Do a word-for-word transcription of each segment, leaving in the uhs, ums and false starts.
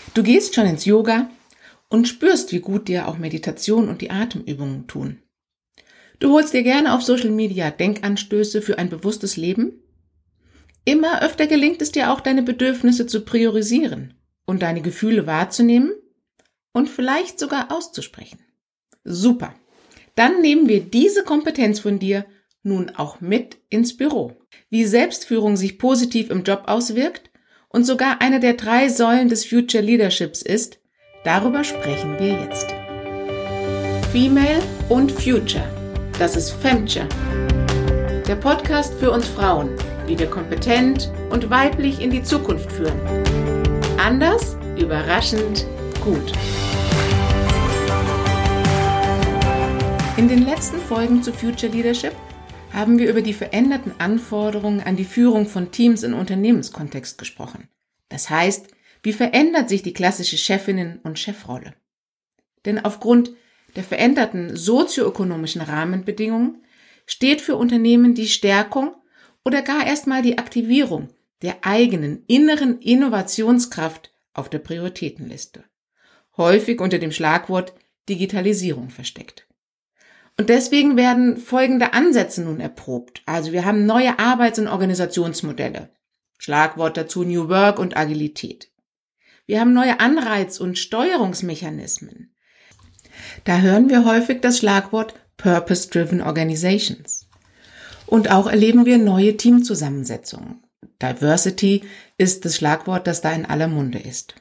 Du gehst schon ins Yoga und spürst, wie gut dir auch Meditation und die Atemübungen tun. Du holst dir gerne auf Social Media Denkanstöße für ein bewusstes Leben. Immer öfter gelingt es dir auch, deine Bedürfnisse zu priorisieren und deine Gefühle wahrzunehmen und vielleicht sogar auszusprechen. Super! Dann nehmen wir diese Kompetenz von dir nun auch mit ins Büro. Wie Selbstführung sich positiv im Job auswirkt und sogar eine der drei Säulen des Future Leaderships ist, darüber sprechen wir jetzt. Female und Future, das ist Femture. Der Podcast für uns Frauen, wie wir kompetent und weiblich in die Zukunft führen. Anders, überraschend, gut. In den letzten Folgen zu Future Leadership haben wir über die veränderten Anforderungen an die Führung von Teams im Unternehmenskontext gesprochen. Das heißt, wie verändert sich die klassische Chefinnen- und Chefrolle? Denn aufgrund der veränderten sozioökonomischen Rahmenbedingungen steht für Unternehmen die Stärkung oder gar erstmal die Aktivierung der eigenen inneren Innovationskraft auf der Prioritätenliste. Häufig unter dem Schlagwort Digitalisierung versteckt. Und deswegen werden folgende Ansätze nun erprobt. Also wir haben neue Arbeits- und Organisationsmodelle. Schlagwort dazu New Work und Agilität. Wir haben neue Anreiz- und Steuerungsmechanismen. Da hören wir häufig das Schlagwort Purpose-Driven Organizations. Und auch erleben wir neue Teamzusammensetzungen. Diversity ist das Schlagwort, das da in aller Munde ist.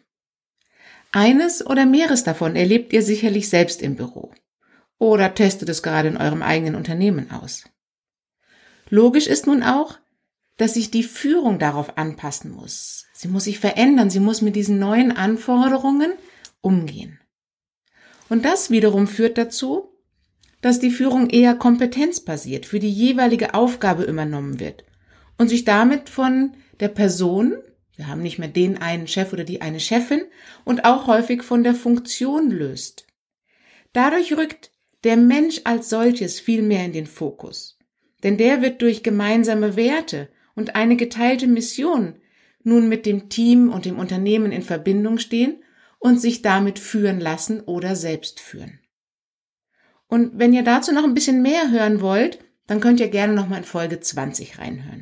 Eines oder mehreres davon erlebt ihr sicherlich selbst im Büro. Oder testet es gerade in eurem eigenen Unternehmen aus. Logisch ist nun auch, dass sich die Führung darauf anpassen muss. Sie muss sich verändern, sie muss mit diesen neuen Anforderungen umgehen. Und das wiederum führt dazu, dass die Führung eher kompetenzbasiert für die jeweilige Aufgabe übernommen wird und sich damit von der Person, wir haben nicht mehr den einen Chef oder die eine Chefin, und auch häufig von der Funktion löst. Dadurch rückt der Mensch als solches viel mehr in den Fokus, denn der wird durch gemeinsame Werte und eine geteilte Mission nun mit dem Team und dem Unternehmen in Verbindung stehen und sich damit führen lassen oder selbst führen. Und wenn ihr dazu noch ein bisschen mehr hören wollt, dann könnt ihr gerne nochmal in Folge zwanzig reinhören.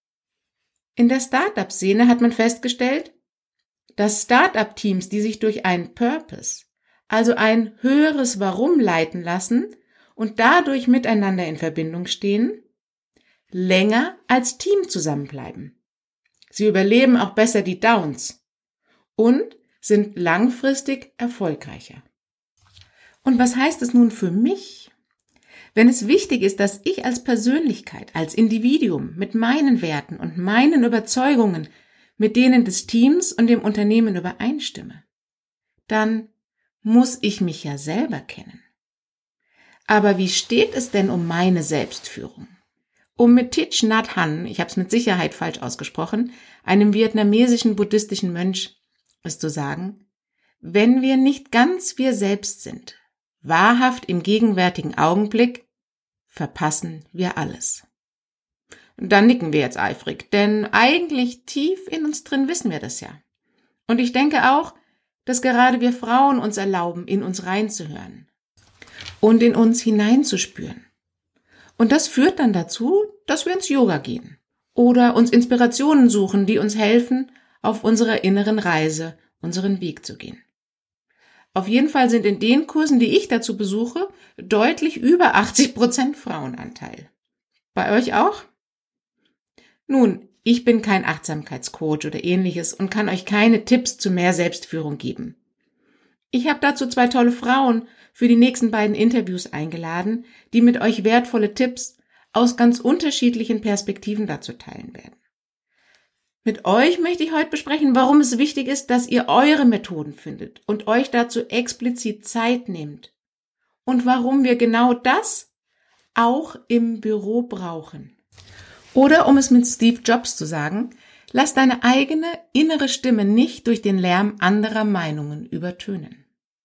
In der Startup-Szene hat man festgestellt, dass Startup-Teams, die sich durch einen Purpose, also ein höheres Warum leiten lassen und dadurch miteinander in Verbindung stehen, länger als Team zusammenbleiben. Sie überleben auch besser die Downs und sind langfristig erfolgreicher. Und was heißt es nun für mich? Wenn es wichtig ist, dass ich als Persönlichkeit, als Individuum mit meinen Werten und meinen Überzeugungen mit denen des Teams und dem Unternehmen übereinstimme, dann muss ich mich ja selber kennen. Aber wie steht es denn um meine Selbstführung? Um mit Thich Nhat Hanh, ich habe es mit Sicherheit falsch ausgesprochen, einem vietnamesischen buddhistischen Mönch, ist zu sagen, wenn wir nicht ganz wir selbst sind, wahrhaft im gegenwärtigen Augenblick, verpassen wir alles. Dann nicken wir jetzt eifrig, denn eigentlich tief in uns drin wissen wir das ja. Und ich denke auch, dass gerade wir Frauen uns erlauben, in uns reinzuhören und in uns hineinzuspüren. Und das führt dann dazu, dass wir ins Yoga gehen oder uns Inspirationen suchen, die uns helfen, auf unserer inneren Reise unseren Weg zu gehen. Auf jeden Fall sind in den Kursen, die ich dazu besuche, deutlich über achtzig Prozent Frauenanteil. Bei euch auch? Nun, ich bin kein Achtsamkeitscoach oder ähnliches und kann euch keine Tipps zu mehr Selbstführung geben. Ich habe dazu zwei tolle Frauen für die nächsten beiden Interviews eingeladen, die mit euch wertvolle Tipps aus ganz unterschiedlichen Perspektiven dazu teilen werden. Mit euch möchte ich heute besprechen, warum es wichtig ist, dass ihr eure Methoden findet und euch dazu explizit Zeit nehmt und warum wir genau das auch im Büro brauchen. Oder um es mit Steve Jobs zu sagen, lass deine eigene innere Stimme nicht durch den Lärm anderer Meinungen übertönen.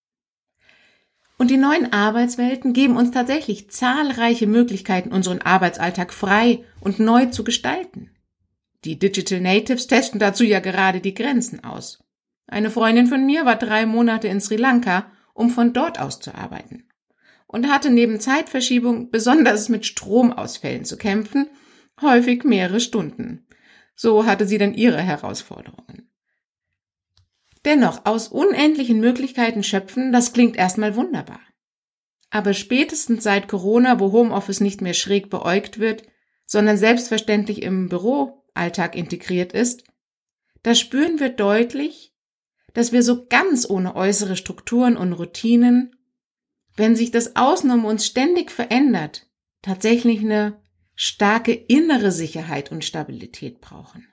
Und die neuen Arbeitswelten geben uns tatsächlich zahlreiche Möglichkeiten, unseren Arbeitsalltag frei und neu zu gestalten. Die Digital Natives testen dazu ja gerade die Grenzen aus. Eine Freundin von mir war drei Monate in Sri Lanka, um von dort aus zu arbeiten und hatte neben Zeitverschiebung besonders mit Stromausfällen zu kämpfen, häufig mehrere Stunden. So hatte sie dann ihre Herausforderungen. Dennoch, aus unendlichen Möglichkeiten schöpfen, das klingt erstmal wunderbar. Aber spätestens seit Corona, wo Homeoffice nicht mehr schräg beäugt wird, sondern selbstverständlich im Büroalltag integriert ist, da spüren wir deutlich, dass wir so ganz ohne äußere Strukturen und Routinen, wenn sich das Außen um uns ständig verändert, tatsächlich eine starke innere Sicherheit und Stabilität brauchen.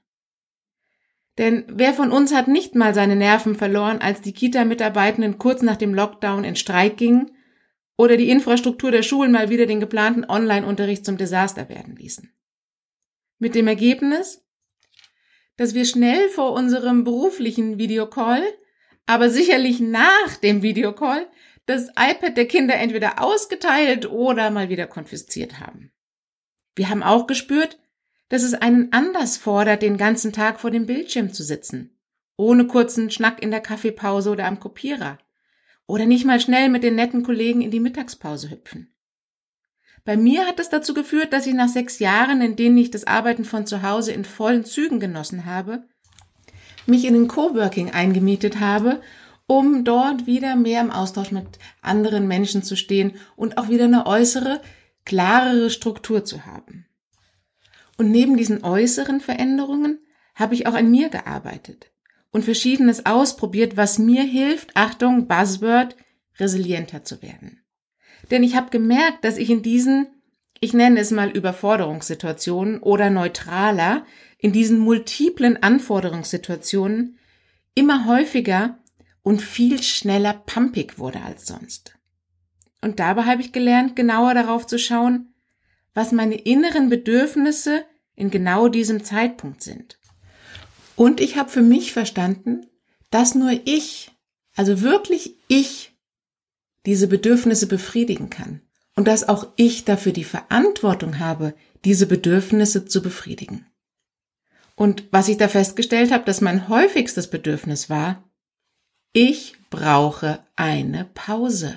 Denn wer von uns hat nicht mal seine Nerven verloren, als die Kita-Mitarbeitenden kurz nach dem Lockdown in Streik gingen oder die Infrastruktur der Schulen mal wieder den geplanten Online-Unterricht zum Desaster werden ließen? Mit dem Ergebnis, dass wir schnell vor unserem beruflichen Videocall, aber sicherlich nach dem Videocall, das iPad der Kinder entweder ausgeteilt oder mal wieder konfisziert haben. Wir haben auch gespürt, dass es einen Anlass fordert, den ganzen Tag vor dem Bildschirm zu sitzen, ohne kurzen Schnack in der Kaffeepause oder am Kopierer oder nicht mal schnell mit den netten Kollegen in die Mittagspause hüpfen. Bei mir hat es dazu geführt, dass ich nach sechs Jahren, in denen ich das Arbeiten von zu Hause in vollen Zügen genossen habe, mich in den Coworking eingemietet habe, um dort wieder mehr im Austausch mit anderen Menschen zu stehen und auch wieder eine äußere, klarere Struktur zu haben. Und neben diesen äußeren Veränderungen habe ich auch an mir gearbeitet und Verschiedenes ausprobiert, was mir hilft, Achtung, Buzzword, resilienter zu werden. Denn ich habe gemerkt, dass ich in diesen, ich nenne es mal Überforderungssituationen oder neutraler, in diesen multiplen Anforderungssituationen immer häufiger und viel schneller pumpig wurde als sonst. Und dabei habe ich gelernt, genauer darauf zu schauen, was meine inneren Bedürfnisse in genau diesem Zeitpunkt sind. Und ich habe für mich verstanden, dass nur ich, also wirklich ich, diese Bedürfnisse befriedigen kann und dass auch ich dafür die Verantwortung habe, diese Bedürfnisse zu befriedigen. Und was ich da festgestellt habe, dass mein häufigstes Bedürfnis war, ich brauche eine Pause.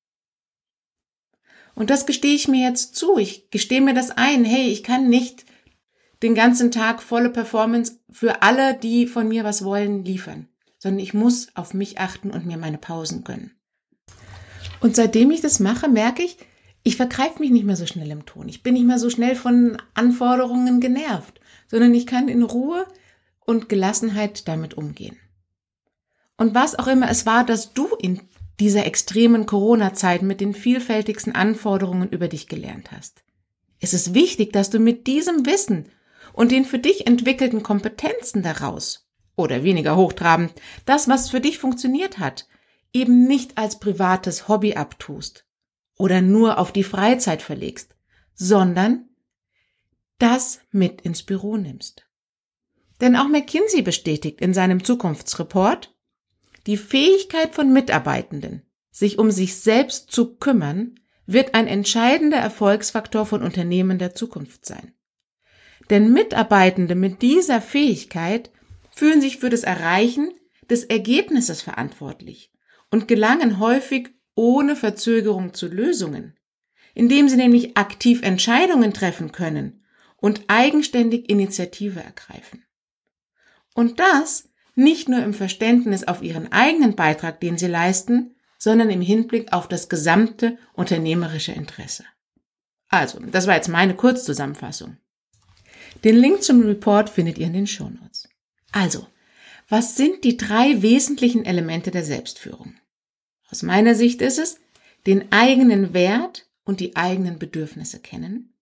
Und das gestehe ich mir jetzt zu. Ich gestehe mir das ein. Hey, ich kann nicht den ganzen Tag volle Performance für alle, die von mir was wollen, liefern, sondern ich muss auf mich achten und mir meine Pausen gönnen. Und seitdem ich das mache, merke ich, ich vergreife mich nicht mehr so schnell im Ton. Ich bin nicht mehr so schnell von Anforderungen genervt, sondern ich kann in Ruhe und Gelassenheit damit umgehen. Und was auch immer es war, dass du in dieser extremen Corona-Zeit mit den vielfältigsten Anforderungen über dich gelernt hast. Es ist wichtig, dass du mit diesem Wissen und den für dich entwickelten Kompetenzen daraus, oder weniger hochtrabend, das, was für dich funktioniert hat, eben nicht als privates Hobby abtust oder nur auf die Freizeit verlegst, sondern das mit ins Büro nimmst. Denn auch McKinsey bestätigt in seinem Zukunftsreport, die Fähigkeit von Mitarbeitenden, sich um sich selbst zu kümmern, wird ein entscheidender Erfolgsfaktor von Unternehmen der Zukunft sein. Denn Mitarbeitende mit dieser Fähigkeit fühlen sich für das Erreichen des Ergebnisses verantwortlich und gelangen häufig ohne Verzögerung zu Lösungen, indem sie nämlich aktiv Entscheidungen treffen können und eigenständig Initiative ergreifen. Und das nicht nur im Verständnis auf ihren eigenen Beitrag, den sie leisten, sondern im Hinblick auf das gesamte unternehmerische Interesse. Also, das war jetzt meine Kurzzusammenfassung. Den Link zum Report findet ihr in den Shownotes. Also, was sind die drei wesentlichen Elemente der Selbstführung? Aus meiner Sicht ist es, den eigenen Wert und die eigenen Bedürfnisse kennen,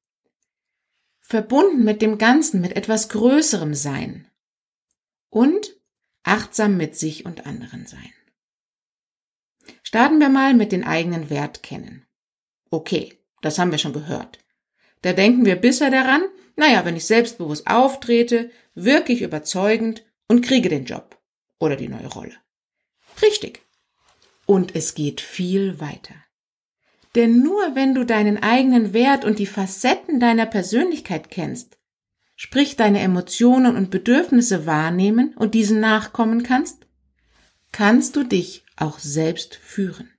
verbunden mit dem Ganzen, mit etwas Größerem sein und achtsam mit sich und anderen sein. Starten wir mal mit den eigenen Wert kennen. Okay, das haben wir schon gehört. Da denken wir bisher daran, naja, wenn ich selbstbewusst auftrete, wirklich überzeugend und kriege den Job oder die neue Rolle. Richtig. Und es geht viel weiter. Denn nur wenn du deinen eigenen Wert und die Facetten deiner Persönlichkeit kennst, sprich deine Emotionen und Bedürfnisse wahrnehmen und diesen nachkommen kannst, kannst du dich auch selbst führen.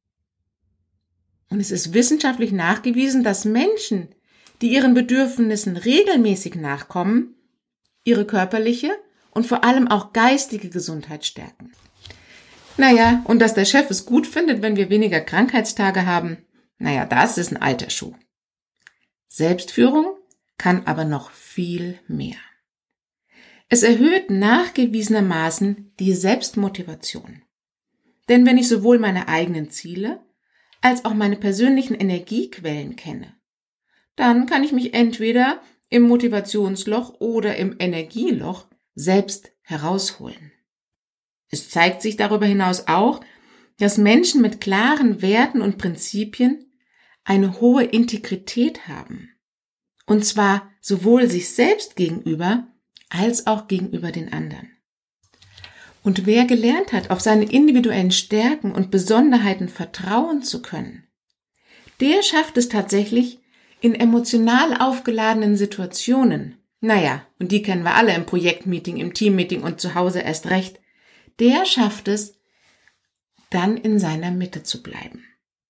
Und es ist wissenschaftlich nachgewiesen, dass Menschen, die ihren Bedürfnissen regelmäßig nachkommen, ihre körperliche und vor allem auch geistige Gesundheit stärken. Naja, und dass der Chef es gut findet, wenn wir weniger Krankheitstage haben, naja, das ist ein alter Schuh. Selbstführung kann aber noch viel mehr. Es erhöht nachgewiesenermaßen die Selbstmotivation. Denn wenn ich sowohl meine eigenen Ziele als auch meine persönlichen Energiequellen kenne, dann kann ich mich entweder im Motivationsloch oder im Energieloch selbst herausholen. Es zeigt sich darüber hinaus auch, dass Menschen mit klaren Werten und Prinzipien eine hohe Integrität haben. Und zwar sowohl sich selbst gegenüber als auch gegenüber den anderen. Und wer gelernt hat, auf seine individuellen Stärken und Besonderheiten vertrauen zu können, der schafft es tatsächlich, in emotional aufgeladenen Situationen, naja, und die kennen wir alle im Projektmeeting, im Teammeeting und zu Hause erst recht, der schafft es, dann in seiner Mitte zu bleiben.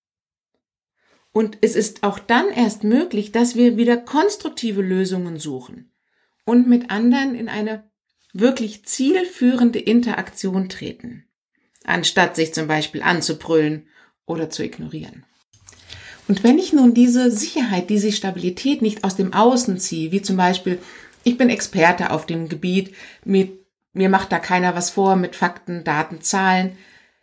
Und es ist auch dann erst möglich, dass wir wieder konstruktive Lösungen suchen und mit anderen in eine wirklich zielführende Interaktion treten, anstatt sich zum Beispiel anzubrüllen oder zu ignorieren. Und wenn ich nun diese Sicherheit, diese Stabilität nicht aus dem Außen ziehe, wie zum Beispiel, ich bin Experte auf dem Gebiet, mir, mir macht da keiner was vor mit Fakten, Daten, Zahlen,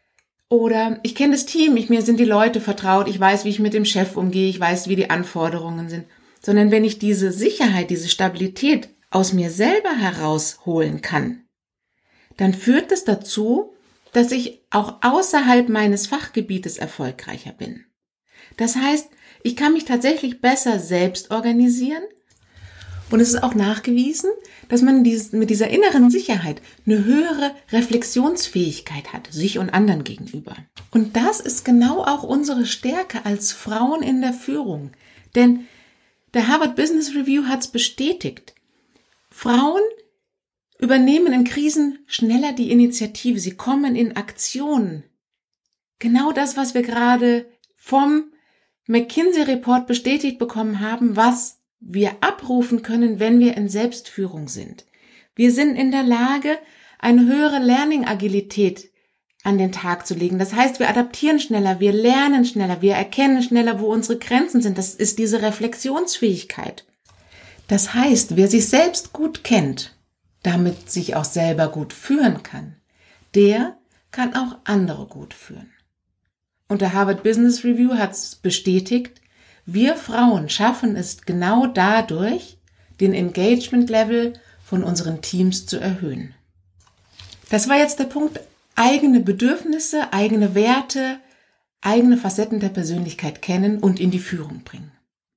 oder ich kenne das Team, ich, mir sind die Leute vertraut, ich weiß, wie ich mit dem Chef umgehe, ich weiß, wie die Anforderungen sind, sondern wenn ich diese Sicherheit, diese Stabilität aus mir selber herausholen kann, dann führt es dazu, dass ich auch außerhalb meines Fachgebietes erfolgreicher bin. Das heißt, ich kann mich tatsächlich besser selbst organisieren und es ist auch nachgewiesen, dass man dieses, mit dieser inneren Sicherheit eine höhere Reflexionsfähigkeit hat, sich und anderen gegenüber. Und das ist genau auch unsere Stärke als Frauen in der Führung. Denn der Harvard Business Review hat es bestätigt. Frauen übernehmen in Krisen schneller die Initiative. Sie kommen in Aktion. Genau das, was wir gerade vom McKinsey-Report bestätigt bekommen haben, was wir abrufen können, wenn wir in Selbstführung sind. Wir sind in der Lage, eine höhere Learning-Agilität an den Tag zu legen. Das heißt, wir adaptieren schneller, wir lernen schneller, wir erkennen schneller, wo unsere Grenzen sind. Das ist diese Reflexionsfähigkeit. Das heißt, wer sich selbst gut kennt, damit sich auch selber gut führen kann, der kann auch andere gut führen. Und der Harvard Business Review hat es bestätigt, wir Frauen schaffen es genau dadurch, den Engagement-Level von unseren Teams zu erhöhen. Das war jetzt der Punkt, eigene Bedürfnisse, eigene Werte, eigene Facetten der Persönlichkeit kennen und in die Führung bringen.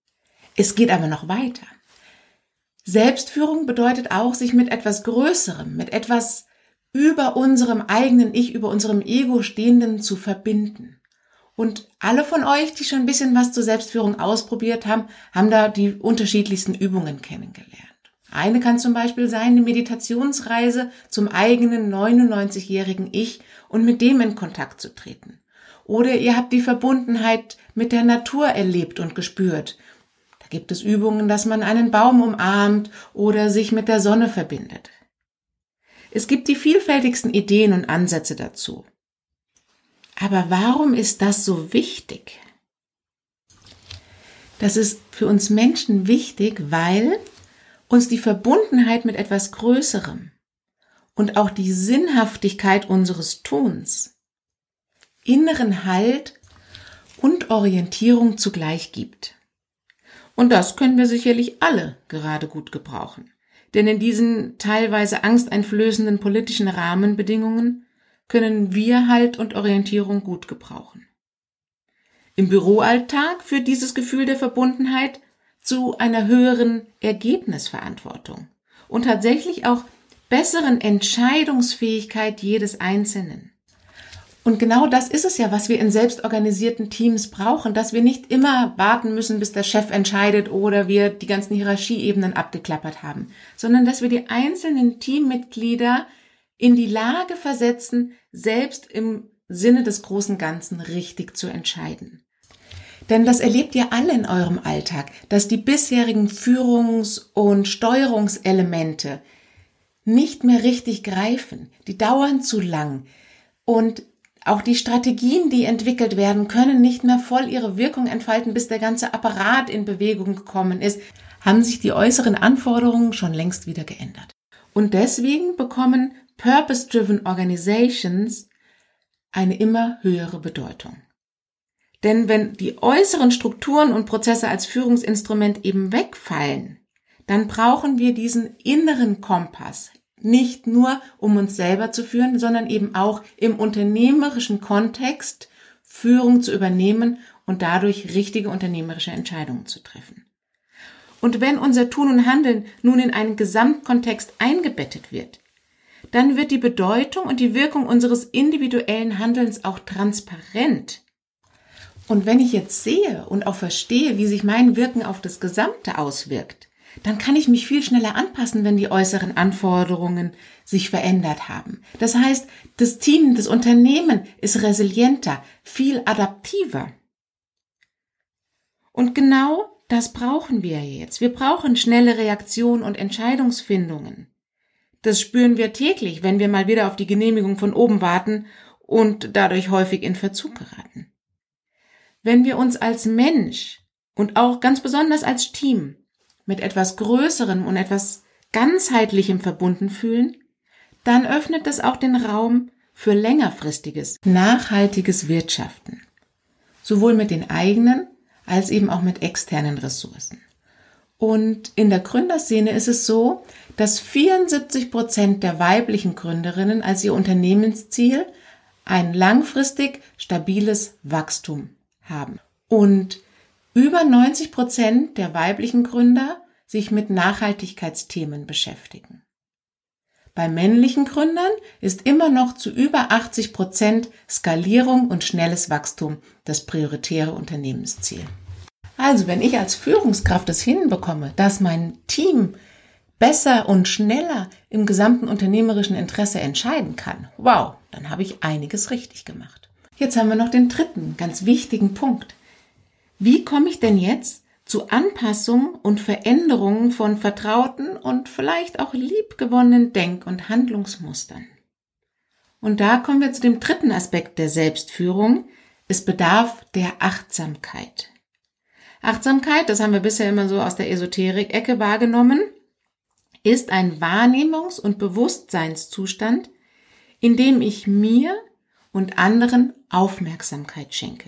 Es geht aber noch weiter. Selbstführung bedeutet auch, sich mit etwas Größerem, mit etwas über unserem eigenen Ich, über unserem Ego Stehenden zu verbinden. Und alle von euch, die schon ein bisschen was zur Selbstführung ausprobiert haben, haben da die unterschiedlichsten Übungen kennengelernt. Eine kann zum Beispiel sein, eine Meditationsreise zum eigenen neunundneunzigjährigen Ich und mit dem in Kontakt zu treten. Oder ihr habt die Verbundenheit mit der Natur erlebt und gespürt. Da gibt es Übungen, dass man einen Baum umarmt oder sich mit der Sonne verbindet. Es gibt die vielfältigsten Ideen und Ansätze dazu. Aber warum ist das so wichtig? Das ist für uns Menschen wichtig, weil uns die Verbundenheit mit etwas Größerem und auch die Sinnhaftigkeit unseres Tuns inneren Halt und Orientierung zugleich gibt. Und das können wir sicherlich alle gerade gut gebrauchen. Denn in diesen teilweise angsteinflößenden politischen Rahmenbedingungen können wir Halt und Orientierung gut gebrauchen. Im Büroalltag führt dieses Gefühl der Verbundenheit zu einer höheren Ergebnisverantwortung und tatsächlich auch besseren Entscheidungsfähigkeit jedes Einzelnen. Und genau das ist es ja, was wir in selbstorganisierten Teams brauchen, dass wir nicht immer warten müssen, bis der Chef entscheidet oder wir die ganzen Hierarchieebenen abgeklappert haben, sondern dass wir die einzelnen Teammitglieder in die Lage versetzen, selbst im Sinne des großen Ganzen richtig zu entscheiden. Denn das erlebt ihr alle in eurem Alltag, dass die bisherigen Führungs- und Steuerungselemente nicht mehr richtig greifen, die dauern zu lang und auch die Strategien, die entwickelt werden, können nicht mehr voll ihre Wirkung entfalten, bis der ganze Apparat in Bewegung gekommen ist, haben sich die äußeren Anforderungen schon längst wieder geändert. Und deswegen bekommen Purpose-Driven Organizations eine immer höhere Bedeutung. Denn wenn die äußeren Strukturen und Prozesse als Führungsinstrument eben wegfallen, dann brauchen wir diesen inneren Kompass, nicht nur um uns selber zu führen, sondern eben auch im unternehmerischen Kontext Führung zu übernehmen und dadurch richtige unternehmerische Entscheidungen zu treffen. Und wenn unser Tun und Handeln nun in einen Gesamtkontext eingebettet wird, dann wird die Bedeutung und die Wirkung unseres individuellen Handelns auch transparent. Und wenn ich jetzt sehe und auch verstehe, wie sich mein Wirken auf das Gesamte auswirkt, dann kann ich mich viel schneller anpassen, wenn die äußeren Anforderungen sich verändert haben. Das heißt, das Team, das Unternehmen ist resilienter, viel adaptiver. Und genau das brauchen wir jetzt. Wir brauchen schnelle Reaktion und Entscheidungsfindungen. Das spüren wir täglich, wenn wir mal wieder auf die Genehmigung von oben warten und dadurch häufig in Verzug geraten. Wenn wir uns als Mensch und auch ganz besonders als Team mit etwas Größerem und etwas Ganzheitlichem verbunden fühlen, dann öffnet es auch den Raum für längerfristiges, nachhaltiges Wirtschaften. Sowohl mit den eigenen als eben auch mit externen Ressourcen. Und in der Gründerszene ist es so, dass vierundsiebzig Prozent der weiblichen Gründerinnen als ihr Unternehmensziel ein langfristig stabiles Wachstum haben. Und über neunzig Prozent der weiblichen Gründer sich mit Nachhaltigkeitsthemen beschäftigen. Bei männlichen Gründern ist immer noch zu über achtzig Prozent Skalierung und schnelles Wachstum das prioritäre Unternehmensziel. Also wenn ich als Führungskraft es hinbekomme, dass mein Team besser und schneller im gesamten unternehmerischen Interesse entscheiden kann, wow, dann habe ich einiges richtig gemacht. Jetzt haben wir noch den dritten, ganz wichtigen Punkt. Wie komme ich denn jetzt zu Anpassung und Veränderungen von vertrauten und vielleicht auch liebgewonnenen Denk- und Handlungsmustern? Und da kommen wir zu dem dritten Aspekt der Selbstführung. Es bedarf der Achtsamkeit. Achtsamkeit, das haben wir bisher immer so aus der Esoterik-Ecke wahrgenommen, ist ein Wahrnehmungs- und Bewusstseinszustand, in dem ich mir und anderen Aufmerksamkeit schenke.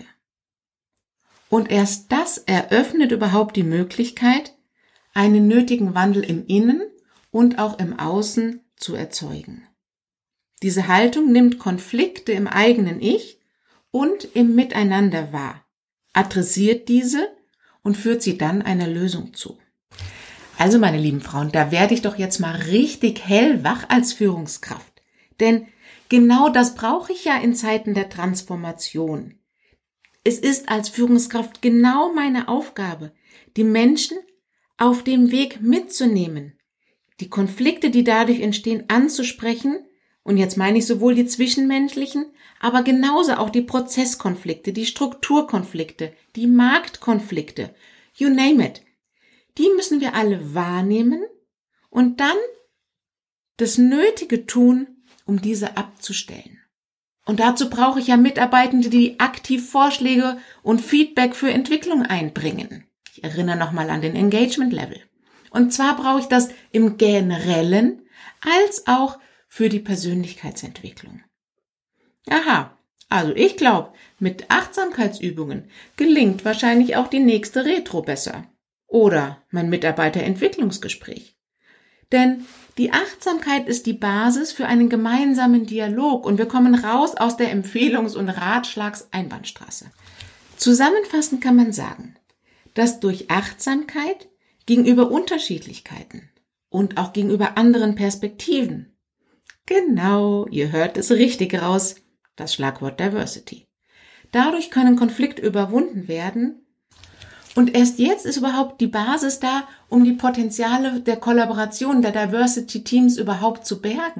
Und erst das eröffnet überhaupt die Möglichkeit, einen nötigen Wandel im Innen und auch im Außen zu erzeugen. Diese Haltung nimmt Konflikte im eigenen Ich und im Miteinander wahr, adressiert diese und führt sie dann einer Lösung zu. Also meine lieben Frauen, da werde ich doch jetzt mal richtig hellwach als Führungskraft. Denn genau das brauche ich ja in Zeiten der Transformation. Es ist als Führungskraft genau meine Aufgabe, die Menschen auf dem Weg mitzunehmen, die Konflikte, die dadurch entstehen, anzusprechen. Und jetzt meine ich sowohl die zwischenmenschlichen, aber genauso auch die Prozesskonflikte, die Strukturkonflikte, die Marktkonflikte, you name it. Die müssen wir alle wahrnehmen und dann das Nötige tun, um diese abzustellen. Und dazu brauche ich ja Mitarbeitende, die aktiv Vorschläge und Feedback für Entwicklung einbringen. Ich erinnere nochmal an den Engagement Level. Und zwar brauche ich das im Generellen als auch für die Persönlichkeitsentwicklung. Aha, also ich glaube, mit Achtsamkeitsübungen gelingt wahrscheinlich auch die nächste Retro besser. Oder mein Mitarbeiterentwicklungsgespräch. Denn die Achtsamkeit ist die Basis für einen gemeinsamen Dialog und wir kommen raus aus der Empfehlungs- und Ratschlags-Einbahnstraße. Zusammenfassend kann man sagen, dass durch Achtsamkeit gegenüber Unterschiedlichkeiten und auch gegenüber anderen Perspektiven, genau, ihr hört es richtig raus, das Schlagwort Diversity. Dadurch können Konflikte überwunden werden. Und erst jetzt ist überhaupt die Basis da, um die Potenziale der Kollaboration der Diversity-Teams überhaupt zu bergen.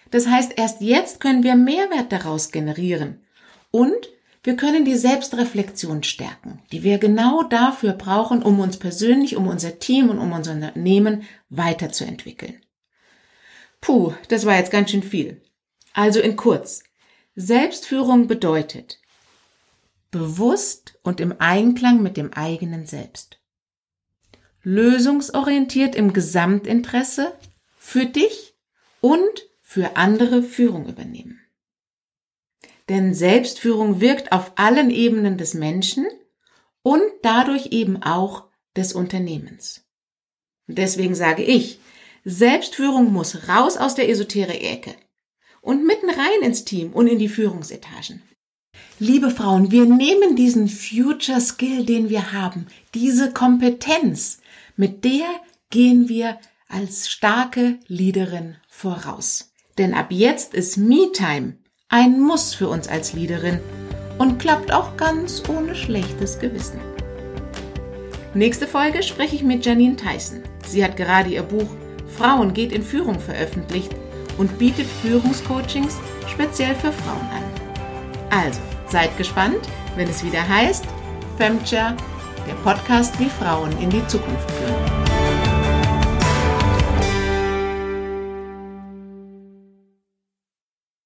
Das heißt, erst jetzt können wir Mehrwert daraus generieren und wir können die Selbstreflexion stärken, die wir genau dafür brauchen, um uns persönlich, um unser Team und um unser Unternehmen weiterzuentwickeln. Puh, das war jetzt ganz schön viel. Also in kurz. Selbstführung bedeutet bewusst und im Einklang mit dem eigenen Selbst. Lösungsorientiert im Gesamtinteresse für dich und für andere Führung übernehmen. Denn Selbstführung wirkt auf allen Ebenen des Menschen und dadurch eben auch des Unternehmens. Und deswegen sage ich, Selbstführung muss raus aus der Esoterik-Ecke und mitten rein ins Team und in die Führungsetagen. Liebe Frauen, wir nehmen diesen Future Skill, den wir haben, diese Kompetenz, mit der gehen wir als starke Leaderin voraus. Denn ab jetzt ist Me-Time ein Muss für uns als Leaderin und klappt auch ganz ohne schlechtes Gewissen. Nächste Folge spreche ich mit Janine Tyson. Sie hat gerade ihr Buch Frauen geht in Führung veröffentlicht und bietet Führungscoachings speziell für Frauen an. Also, seid gespannt, wenn es wieder heißt Femture, der Podcast, wie Frauen in die Zukunft führen.